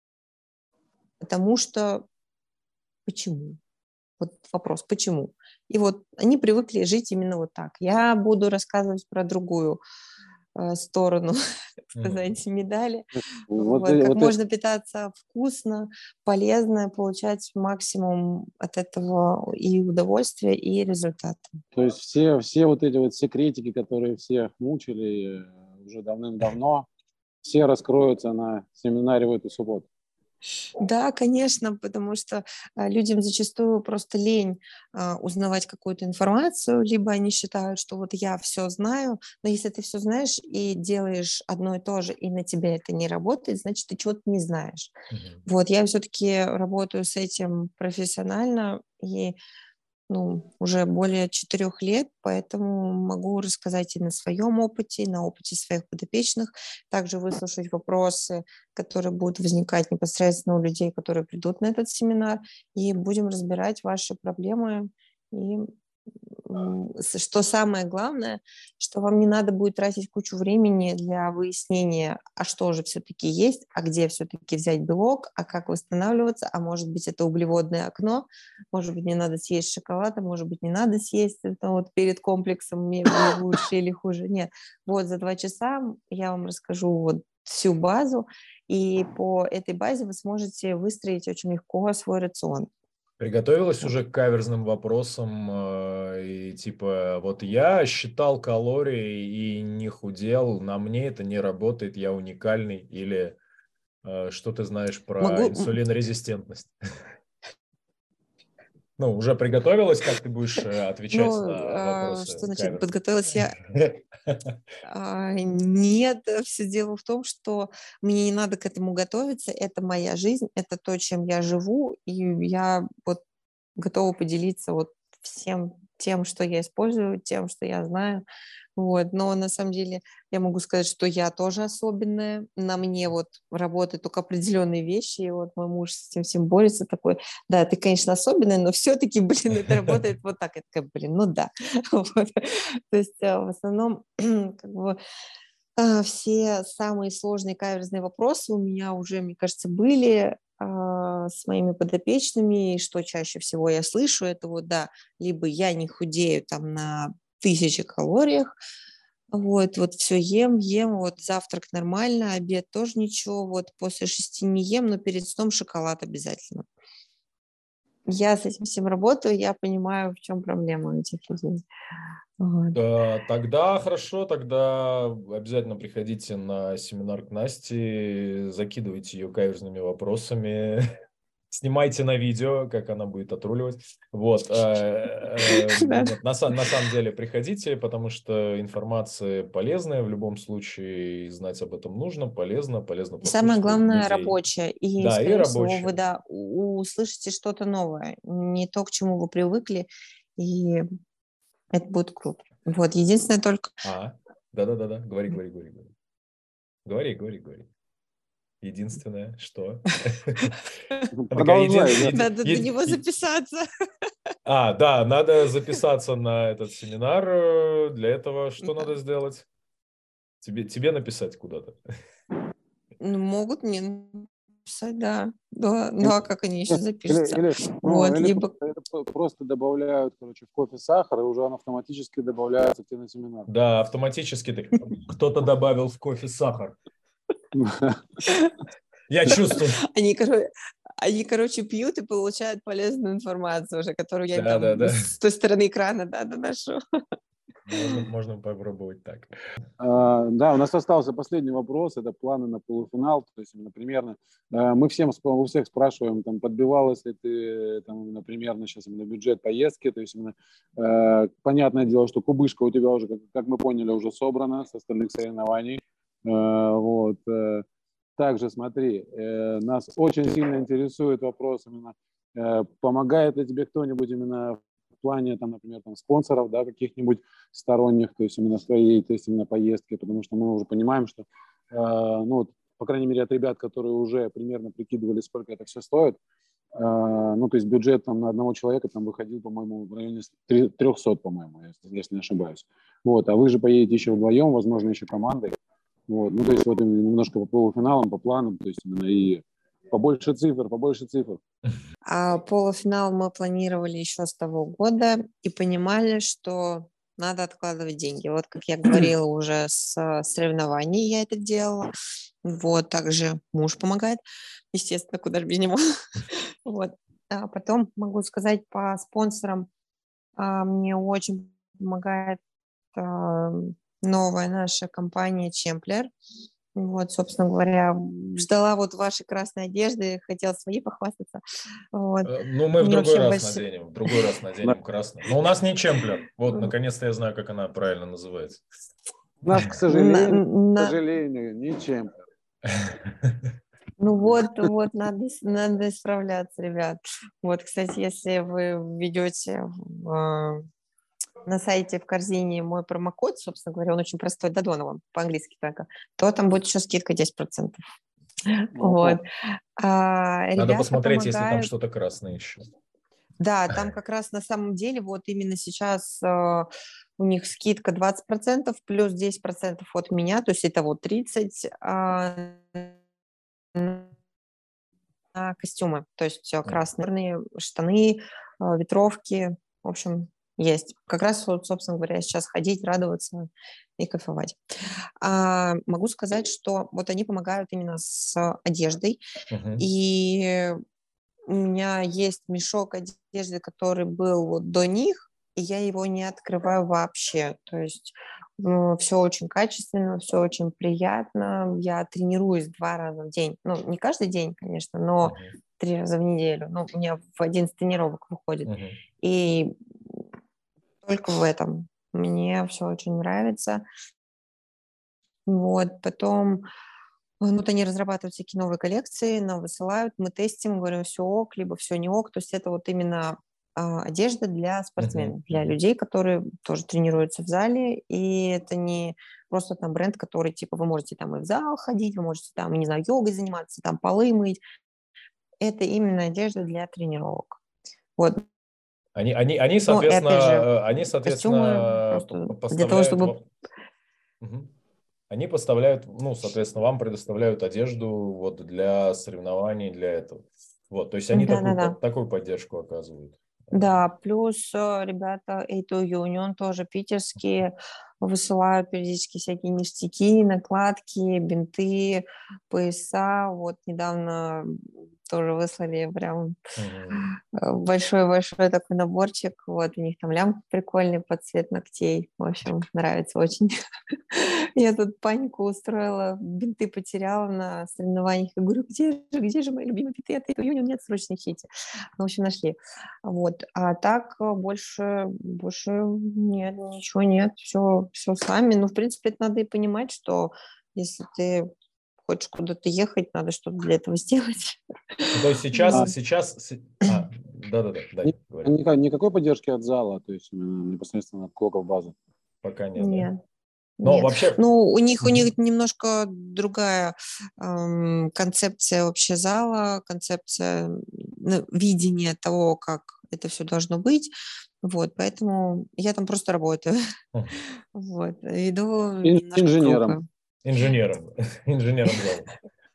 потому что почему? Вот вопрос, почему? И вот они привыкли жить именно вот так. Я буду рассказывать про другую э, сторону, так Мгм. сказать, медали. Вот, Вот, э- как вот, э- можно питаться вкусно, полезно, получать максимум от этого и удовольствия, и результата. то есть все, все вот эти вот секретики, которые всех мучили э, уже давным-давно, все раскроются на семинаре в эту субботу. Да, конечно, потому что а, людям зачастую просто лень а, узнавать какую-то информацию, либо они считают, что вот я все знаю, но если ты все знаешь и делаешь одно и то же, и на тебя это не работает, значит, ты чего-то не знаешь. Мгм. Вот, я все-таки работаю с этим профессионально, и ну, уже более четырех лет, поэтому могу рассказать и на своем опыте, и на опыте своих подопечных, также выслушать вопросы, которые будут возникать непосредственно у людей, которые придут на этот семинар, и будем разбирать ваши проблемы. И м, с- что самое главное, что вам не надо будет тратить кучу времени для выяснения, а что же все-таки есть, а где все-таки взять белок, а как восстанавливаться, а может быть это углеводное окно, может быть, не надо съесть шоколад, а может быть, не надо съесть это вот перед комплексом, мне мне лучше или хуже. Нет, вот за два часа я вам расскажу вот всю базу, и по этой базе вы сможете выстроить очень легко свой рацион. Приготовилась уже к каверзным вопросам, э, и типа, вот я считал калории и не худел, на мне это не работает, я уникальный, или э, что ты знаешь про Могу, инсулинорезистентность? Ну, уже приготовилась, как ты будешь э, отвечать ну, на а, вопросы что значит, каверзные? подготовилась я? А, Нет, все дело в том, что мне не надо к этому готовиться, это моя жизнь, это то, чем я живу, и я вот готова поделиться вот всем тем, что я использую, тем, что я знаю. Вот. Но на самом деле я могу сказать, что я тоже особенная. На мне вот работают только определенные вещи. И вот мой муж с этим всем борется такой, да, ты, конечно, особенная, но все-таки, блин, это работает вот так. Я такая, блин, ну да. Вот. То есть э, в основном как бы а, все самые сложные каверзные вопросы у меня уже, мне кажется, были а, с моими подопечными, и что чаще всего я слышу, это вот, да, либо я не худею там на тысячи калориях, вот, вот все ем, ем, вот завтрак нормально, обед тоже ничего, вот после шести не ем, но перед сном шоколад обязательно. Я с этим всем работаю, я понимаю, в чем проблема у этих людей. Вот. Да, тогда хорошо, тогда обязательно приходите на семинар к Насте, закидывайте ее каверзными вопросами, снимайте на видео, как она будет отруливать. Вот. э, э, Да. Нет, на, са- на самом деле приходите, потому что информация полезная в любом случае, и знать об этом нужно, полезно, полезно И самое послушать главное, людей. рабочее. И, Да, и скорее всего, вы, рабочая. да, у- услышите что-то новое, не то, к чему вы привыкли, и это будет круто. Вот, единственное только... А, да-да-да-да, говори, говори, говори, говори. Говори, говори, говори. Единственное, что... Такая Продолжай, да. еди- Надо до еди- него е- записаться. А, да, надо записаться на этот семинар. э, Для этого что Да. надо сделать? Тебе, тебе написать куда-то. Ну, могут мне написать, да. Да, ну Или, а как они еще или, запишутся? или, ну, Вот, или либо... просто, это по- просто добавляют, короче, в кофе сахар, и уже он автоматически добавляется к тебе на семинар. Да, автоматически так. Кто-то добавил в кофе сахар. Я чувствую. Они, короче, они, короче, пьют и получают полезную информацию уже, которую я им Да, да, там да. с той стороны экрана, да, доношу. Можно, можно попробовать так. А, Да, у нас остался последний вопрос, это планы на полуфинал, то есть именно примерно. а, Мы всем, спра- у всех спрашиваем, там, подбивалась ли ты, там, именно примерно сейчас именно бюджет поездки, то есть именно, э, понятное дело, что кубышка у тебя уже, как, как мы поняли, уже собрана с остальных соревнований. Э, вот. э. Также смотри, э, нас очень сильно интересует вопрос именно, э, помогает ли тебе кто-нибудь именно в плане, там, например, там, спонсоров, да, каких-нибудь сторонних, то есть именно своей, то есть именно поездки, потому что мы уже понимаем, что, э, ну, вот, по крайней мере, от ребят, которые уже примерно прикидывали, сколько это все стоит, э, ну, то есть бюджет там на одного человека там выходил, по-моему, в районе триста, по-моему, если, если не ошибаюсь. Вот, а вы же поедете еще вдвоем, возможно, еще командой. Вот, ну, то есть вот именно немножко по полуфиналам, по планам, то есть именно и побольше цифр, побольше цифр. А полуфинал мы планировали еще с того года и понимали, что надо откладывать деньги. Вот как я говорила уже с соревнований я это делала. Вот, также муж помогает, естественно, куда же без него. Вот. А потом могу сказать по спонсорам, а, мне очень помогает а, новая наша компания Чемплер. Вот, собственно говоря, ждала вот вашей красной одежды, хотела своей похвастаться. Вот. Э, Ну, мы в Мне другой вообще раз больше... наденем. В другой раз Да. наденем красный. Но у нас не Чемплер. Вот, наконец-то я знаю, как она правильно называется. У нас, к На, сожалению, к на- сожалению, ничем. Ну вот, вот, надо, с- надо исправляться, ребят. Вот, кстати, если вы введете в, а, на сайте в корзине мой промокод, собственно говоря, он очень простой, Додонова, по-английски только, то там будет еще скидка десять процентов. Вот. А, Надо ребята посмотреть, если там помогают. что-то красное еще. Да, там как раз на самом деле вот именно сейчас э, у них скидка двадцать процентов плюс десять процентов от меня, то есть это вот тридцать а, на костюмы, то есть э, красные штаны, э, ветровки, в общем, есть. Как раз вот, собственно говоря, сейчас ходить, радоваться и кайфовать. А, могу сказать, что вот они помогают именно с одеждой, Мгм. и у меня есть мешок одежды, который был вот до них, и я его не открываю вообще. То есть ну, все очень качественно, все очень приятно. Я тренируюсь два раза в день. Ну, не каждый день, конечно, но Uh-huh. три раза в неделю. Ну, у меня в одиннадцать тренировок выходит. Uh-huh. И только в этом. Мне все очень нравится. Вот, потом вот они разрабатывают всякие новые коллекции, нам высылают, мы тестим, говорим, все ок, либо все не ок. То есть это вот именно а, одежда для спортсменов, Uh-huh. для Uh-huh. людей, которые тоже тренируются в зале. И это не просто там бренд, который, типа, вы можете там и в зал ходить, вы можете там, не знаю, йогой заниматься, там полы мыть. Это именно одежда для тренировок. Вот. Они, они, они, Ну, и опять же, соответственно, они, костюмы соответственно, просто для того, поставляют... чтобы... Угу. Они поставляют, ну, соответственно, вам предоставляют одежду вот для соревнований, для этого. Вот, то есть они такую, Да-да-да. такую поддержку оказывают. Да, плюс э, ребята эй ту Union тоже питерские высылают периодически всякие ништяки, накладки, бинты, пояса. Вот недавно тоже выслали прям большой-большой такой наборчик. Вот у них там лямка прикольный под цвет ногтей. В общем, нравится очень. Я тут панику устроила, бинты потеряла на соревнованиях. Я говорю, где же, где же мои любимые бинты от эй ту Union? Нет, срочно ищите. В общем, нашли. Вот. А так больше, больше нет, ничего нет. Все, все сами. Ну, в принципе, это надо и понимать, что если ты хочешь куда-то ехать, надо что-то для этого сделать. Ну, то есть сейчас, Вот. сейчас... А, да-да-да, да, Ни- говори. никак- Никакой поддержки от зала, то есть именно непосредственно от клоков базы. Пока нет, да? Нет. Но Нет. вообще... Ну, у них, у Мгм. них немножко другая эм, концепция вообще зала, концепция ну, видения того, как это все должно быть. Вот, поэтому я там просто работаю. Хм. Вот, веду Ин- немножко Инженером. группы. Инженером. Инженером зала.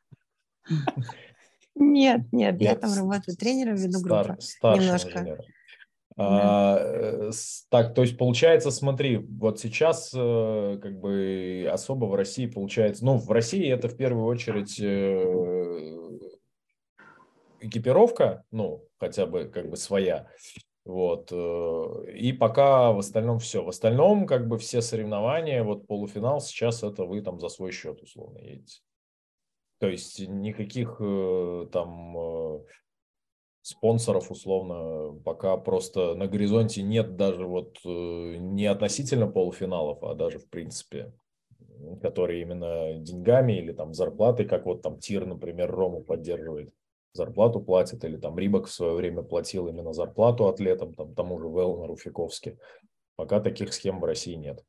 Нет, нет, я Нет, там с- работаю тренером, веду стар- группы. старшим Немножко. инженером. Да. А, э, с- так, то есть получается, смотри, вот сейчас э, как бы особо в России получается, ну, в России это в первую очередь э, экипировка, ну, хотя бы как бы своя, вот, э, и пока в остальном все. В остальном как бы все соревнования, вот полуфинал сейчас это вы там за свой счет условно едете. То есть никаких э, там э, спонсоров условно пока просто на горизонте нет даже вот э, не относительно полуфиналов, а даже в принципе, которые именно деньгами или там зарплатой, как вот там Тир, например, Рому поддерживает, зарплату платит, или там Рибок в свое время платил именно зарплату атлетам, там тому же Велнеру Фиковски. Пока таких схем в России нет.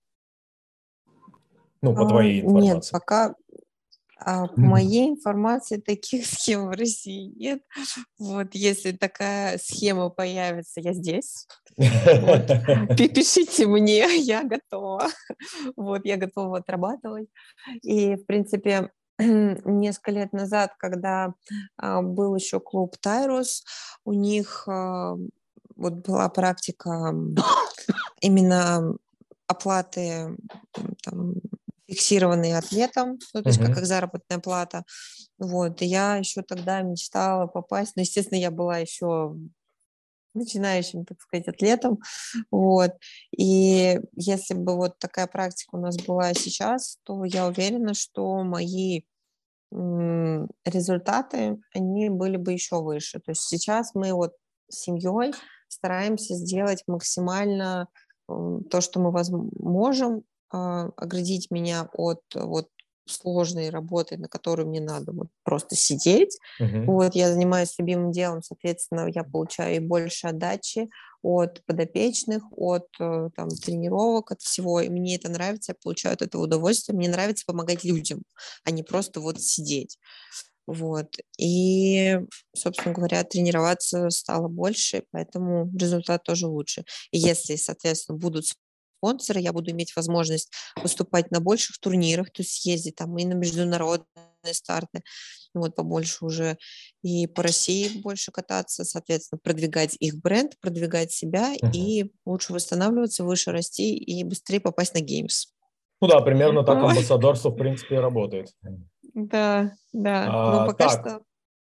Ну, по А, твоей нет, информации. пока а, по моей информации таких схем в России нет. Вот если такая схема появится, я здесь. Вот. Пи- Пишите мне, я готова. Вот, я готова отрабатывать. И, в принципе, несколько лет назад, когда а, был еще клуб Тайрус, у них а, вот была практика м, именно оплаты м, там, фиксированные атлетом, ну, то есть как Мгм. их заработная плата. Вот, и я еще тогда мечтала попасть, но, естественно, я была еще начинающим, так сказать, атлетом, вот, и если бы вот такая практика у нас была сейчас, то я уверена, что мои м, результаты, они были бы еще выше. То есть сейчас мы вот с семьей стараемся сделать максимально м, то, что мы возм- можем, а, оградить меня от вот сложной работы, на которую мне надо вот просто сидеть. Мгм. Вот я занимаюсь любимым делом, соответственно, я получаю и больше отдачи от подопечных, от э, там, тренировок, от всего. И мне это нравится, я получаю от этого удовольствие. Мне нравится помогать людям, а не просто вот сидеть. Вот. И, собственно говоря, тренироваться стало больше, поэтому результат тоже лучше. И если, соответственно, будут спонсоры, я буду иметь возможность выступать на больших турнирах, то есть ездить там и на международные старты, вот побольше уже, и по России больше кататься, соответственно, продвигать их бренд, продвигать себя Мгм. и лучше восстанавливаться, выше расти и быстрее попасть на геймс. Ну да, примерно так Ой, амбассадорство в принципе и работает. да, да, но А, пока так, что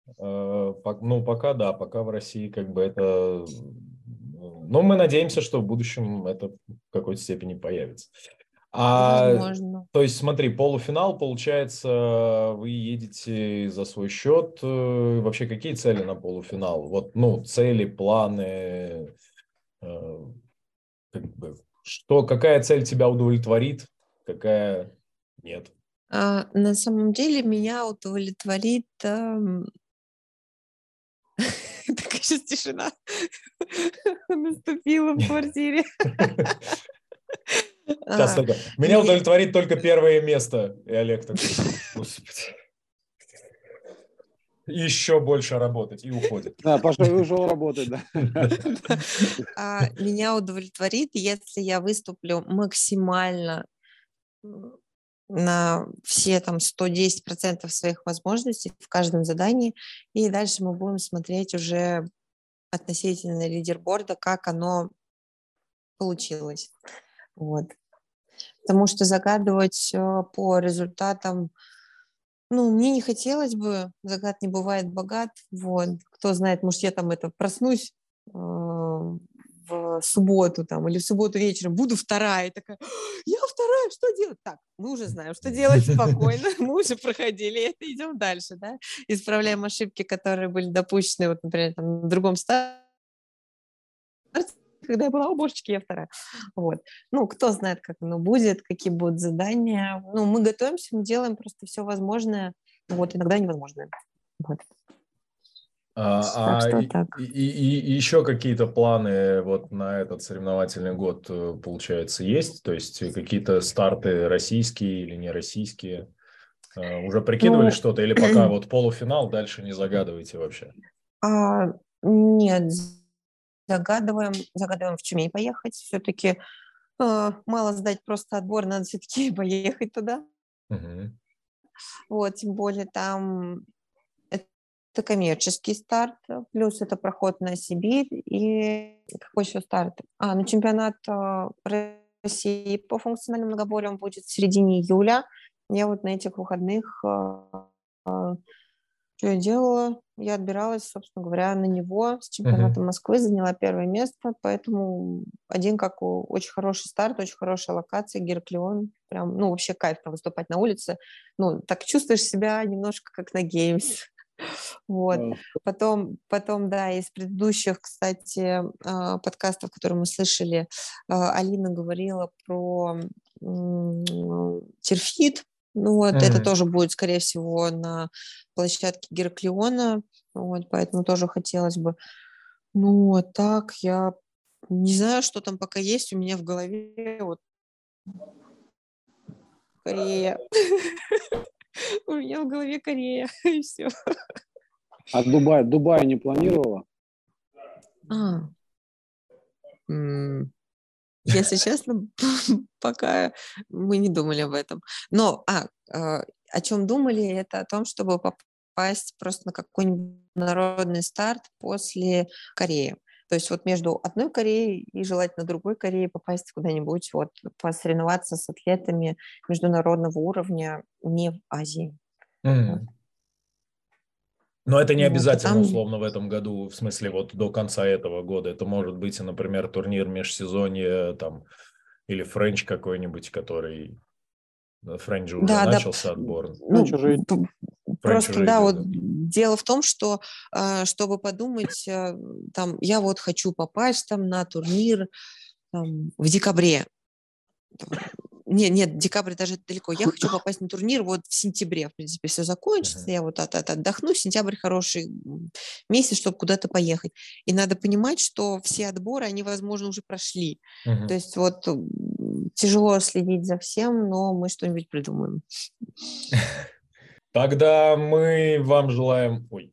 Ну, пока да, пока в России как бы это... Но мы надеемся, что в будущем это в какой-то степени появится. А, Возможно. то есть, смотри, полуфинал, получается, вы едете за свой счет. Вообще, какие цели на полуфинал? Вот, ну, цели, планы, как бы, что, какая цель тебя удовлетворит, какая нет? А, на самом деле меня удовлетворит... Эм... Такая сейчас тишина наступила в квартире. Сейчас только. Меня удовлетворит только первое место. И Олег такой, господи. Еще больше работать и уходит. Да, пошел, ушел работать, да. Меня удовлетворит, если я выступлю максимально на все там сто десять процентов своих возможностей в каждом задании, и дальше мы будем смотреть уже относительно лидерборда, как оно получилось. Вот. Потому что загадывать по результатам, ну, мне не хотелось бы, загад не бывает богат, вот, кто знает, может, я там это проснусь э, в субботу там, или в субботу вечером, буду вторая, и такая, я вторая, что делать? Так, мы уже знаем, что делать спокойно, мы уже проходили это, идем дальше, да, исправляем ошибки, которые были допущены, вот, например, там, на другом старте, когда я была, о, божечки, я вторая. Вот. Ну, кто знает, как оно будет, какие будут задания. Ну, мы готовимся, мы делаем просто все возможное, вот, иногда невозможное. Вот. А, так а что и, так. И, и, и еще какие-то планы вот на этот соревновательный год, получается, есть? То есть какие-то старты российские или не российские? Уже прикидывали ну, что-то? Или пока вот полуфинал, дальше не загадываете вообще? А, нет, загадываем, загадываем в Тюмень поехать. Все-таки э, мало сдать просто отбор, надо все-таки поехать туда. Угу. Вот, тем более там это коммерческий старт, плюс это проход на Сибирь. И какой еще старт? А, ну чемпионат России по функциональным многоборьям будет в середине июля. Я вот на этих выходных... Что я делала? Я отбиралась, собственно говоря, на него с чемпионата uh-huh. Москвы, заняла первое место, поэтому один как очень хороший старт, очень хорошая локация, Гераклион, прям, ну, вообще кайф там выступать на улице, ну, так чувствуешь себя немножко как на геймс. Вот. Uh-huh. Потом, потом, да, из предыдущих, кстати, подкастов, которые мы слышали, Алина говорила про терфит. Ну вот, mm-hmm. это тоже будет, скорее всего, на площадке Гераклиона, вот, поэтому тоже хотелось бы. Ну, а так я не знаю, что там пока есть у меня в голове, вот, Корея. У меня в голове Корея, и все. А Дубай, Дубай не планировала? А. Если честно, пока мы не думали об этом. Но а, о чем думали, это о том, чтобы попасть просто на какой-нибудь народный старт после Кореи. То есть вот между одной Кореей и желательно другой Кореей попасть куда-нибудь, вот, посоревноваться с атлетами международного уровня не в Азии. Mm. Вот. Но это не обязательно, вот, там... условно, в этом году, в смысле, вот до конца этого года. Это может быть, например, турнир межсезонья, там, или френч какой-нибудь, который... Френч уже да, начался, да. Отбор. Ну, уже... Просто, уже да, идет, вот да. Дело в том, что, чтобы подумать, там, я вот хочу попасть там на турнир там, в декабре. Нет, нет, декабрь даже далеко. Я хочу попасть на турнир вот в сентябре, в принципе, все закончится, uh-huh. я вот от, от, отдохну. Сентябрь хороший месяц, чтобы куда-то поехать. И надо понимать, что все отборы, они, возможно, уже прошли. Uh-huh. То есть вот тяжело следить за всем, но мы что-нибудь придумаем. Тогда мы вам желаем... Ой.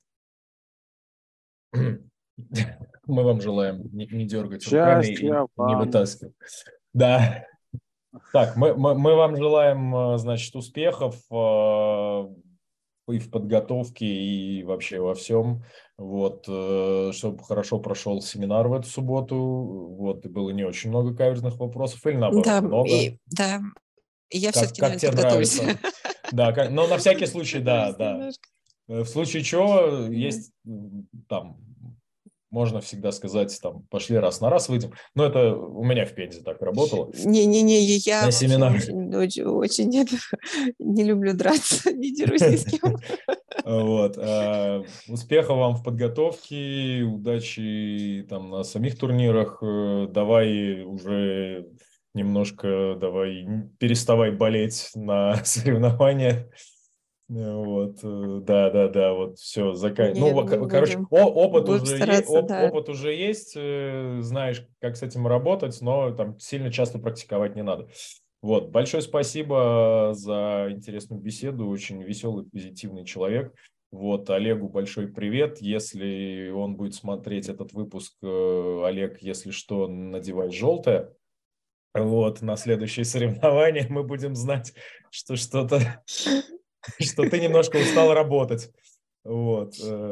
Мы вам желаем не, не дергать руками и, и не вытаскивать. Да. Так, мы, мы, мы вам желаем, значит, успехов э, и в подготовке, и вообще во всем. Вот, э, чтобы хорошо прошел семинар в эту субботу. Вот, и было не очень много каверзных вопросов, или наоборот, да, много. И, да, и я как, все-таки, как наверное, тебе подготовлюсь. Нравится. Да, как, но на всякий случай, да, да. В случае чего есть там, можно всегда сказать, там, пошли раз на раз выйдем. Но это у меня в Пензе так работало. Не-не-не, я На вообще семинарах. очень, очень, очень нет, не люблю драться, не дерусь ни с кем. Вот. А, успехов вам в подготовке, удачи там на самих турнирах. Давай уже немножко, давай переставай болеть на соревнования. Вот, да, да, да, вот все, закай. Ну, Нет, не короче, будем. о, опыт Будем уже есть, стараться, оп, да. опыт уже есть, э, знаешь, как с этим работать, но там сильно часто практиковать не надо. Вот, большое спасибо за интересную беседу, очень веселый, позитивный человек. Вот, Олегу большой привет. Если он будет смотреть этот выпуск, э, Олег, если что, надевай желтое. Вот, на следующие соревнования мы будем знать, что что-то, что ты немножко устал работать. Вот.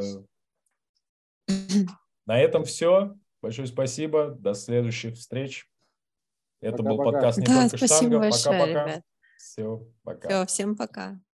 На этом все. Большое спасибо. До следующих встреч. Это был Пока-пока. подкаст «Не Да, только спасибо штанга». большое, Пока-пока. ребят. Все, пока. Все, всем пока.